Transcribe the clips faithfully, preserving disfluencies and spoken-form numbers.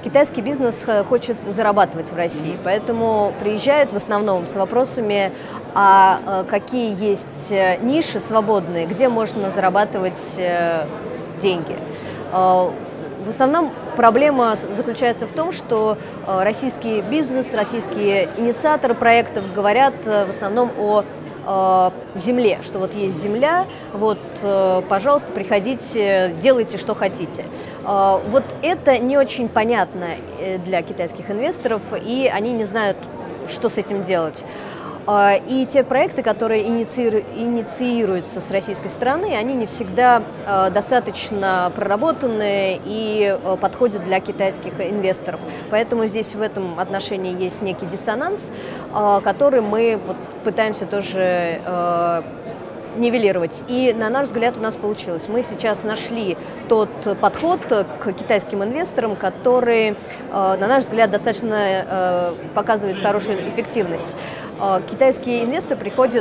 Китайский бизнес хочет зарабатывать в России, поэтому приезжают в основном с вопросами, а какие есть ниши свободные, где можно зарабатывать деньги. В основном проблема заключается в том, что российский бизнес, российские инициаторы проектов говорят в основном о земле, что вот есть земля, вот, пожалуйста, приходите, делайте, что хотите. Вот это не очень понятно для китайских инвесторов, и они не знают, что с этим делать. И те проекты, которые иницииру, инициируются с российской стороны, они не всегда достаточно проработаны и подходят для китайских инвесторов. Поэтому здесь в этом отношении есть некий диссонанс, который мы вот пытаемся тоже нивелировать. И, на наш взгляд, у нас получилось. Мы сейчас нашли тот подход к китайским инвесторам, который, на наш взгляд, достаточно показывает хорошую эффективность. Китайский инвестор приходит,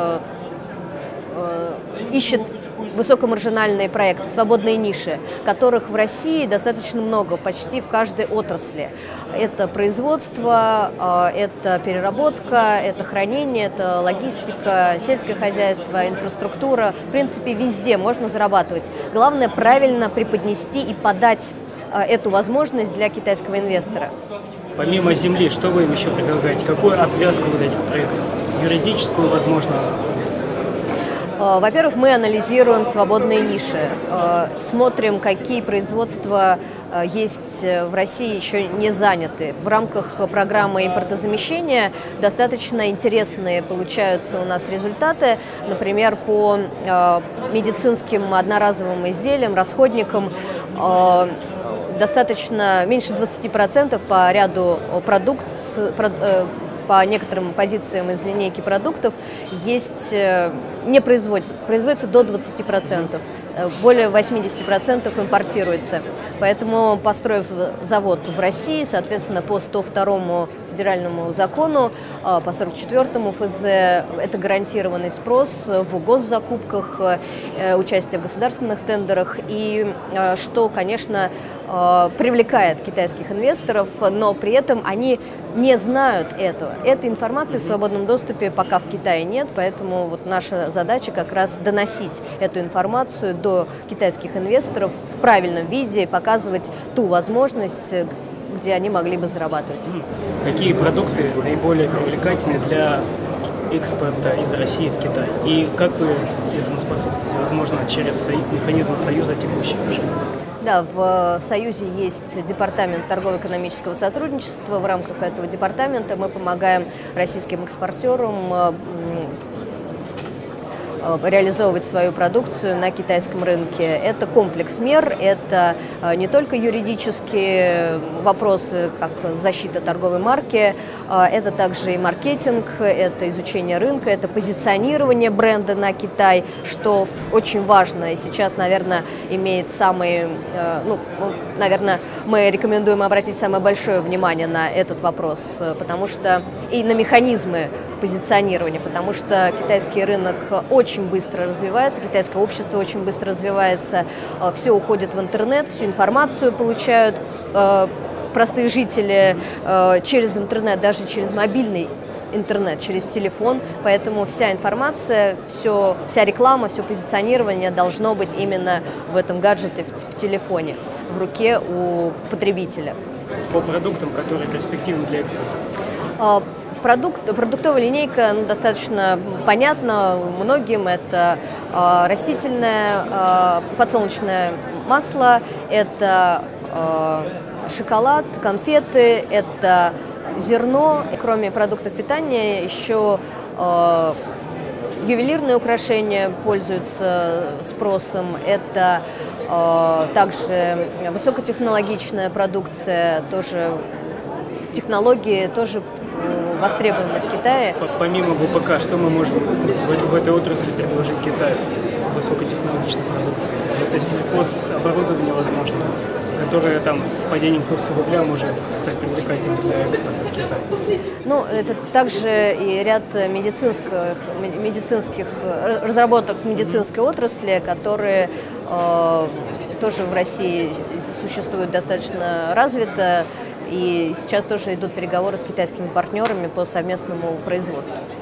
ищет высокомаржинальные проекты, свободные ниши, которых в России достаточно много, почти в каждой отрасли. Это производство, это переработка, это хранение, это логистика, сельское хозяйство, инфраструктура. В принципе, везде можно зарабатывать. Главное правильно преподнести и подать эту возможность для китайского инвестора. Помимо земли, что вы им еще предлагаете? Какую обвязку вот этих проектов? Юридическую, возможно? Во-первых, мы анализируем свободные ниши, смотрим, какие производства есть в России еще не заняты. В рамках программы импортозамещения достаточно интересные получаются у нас результаты. Например, по медицинским одноразовым изделиям, расходникам достаточно меньше двадцати процентов по ряду продукций, по некоторым позициям из линейки продуктов есть, не производится, производится до двадцати процентов, более восьмидесяти процентов импортируется. Поэтому, построив завод в России, соответственно, по сто второму федеральному закону, по сорок четвёртому эф зэ, это гарантированный спрос в госзакупках, участие в государственных тендерах, и что, конечно, привлекает китайских инвесторов, но при этом они не знают этого. Этой информации в свободном доступе пока в Китае нет, поэтому вот наша задача как раз доносить эту информацию до китайских инвесторов в правильном виде, показывать ту возможность, где они могли бы зарабатывать. Какие продукты наиболее привлекательны для экспорта из России в Китай? И как вы этому способствуете? Возможно, через механизмы Союза текущих уже? Да, в Союзе есть департамент торгово-экономического сотрудничества. В рамках этого департамента мы помогаем российским экспортерам реализовывать свою продукцию на китайском рынке. Это комплекс мер, это не только юридические вопросы, как защита торговой марки, это также и маркетинг, это изучение рынка, это позиционирование бренда на Китай, что очень важно и сейчас, наверное, имеет самый, ну, наверное, мы рекомендуем обратить самое большое внимание на этот вопрос, потому что и на механизмы позиционирования, потому что китайский рынок очень быстро развивается, китайское общество очень быстро развивается, все уходит в интернет, всю информацию получают простые жители через интернет, даже через мобильный интернет, через телефон, поэтому вся информация, все, вся реклама, все позиционирование должно быть именно в этом гаджете, в, в телефоне, в руке у потребителя. По продуктам, которые перспективны для экспорта? Продукт, продуктовая линейка, ну, достаточно понятна многим. Это э, растительное э, подсолнечное масло, это э, шоколад, конфеты, это зерно. И кроме продуктов питания еще э, ювелирные украшения пользуются спросом. Это э, также высокотехнологичная продукция, тоже технологии тоже востребованы в Китае. Помимо вэ пэ ка, что мы можем в, в этой отрасли предложить Китаю? Высокотехнологичной продукции. Это сельхозоборудование, возможно, которое там с падением курса рубля может стать привлекательным для экспорта в Китай. Ну, это также и ряд медицинских, медицинских разработок в медицинской отрасли, которые э, тоже в России существует достаточно развито, и сейчас тоже идут переговоры с китайскими партнерами по совместному производству.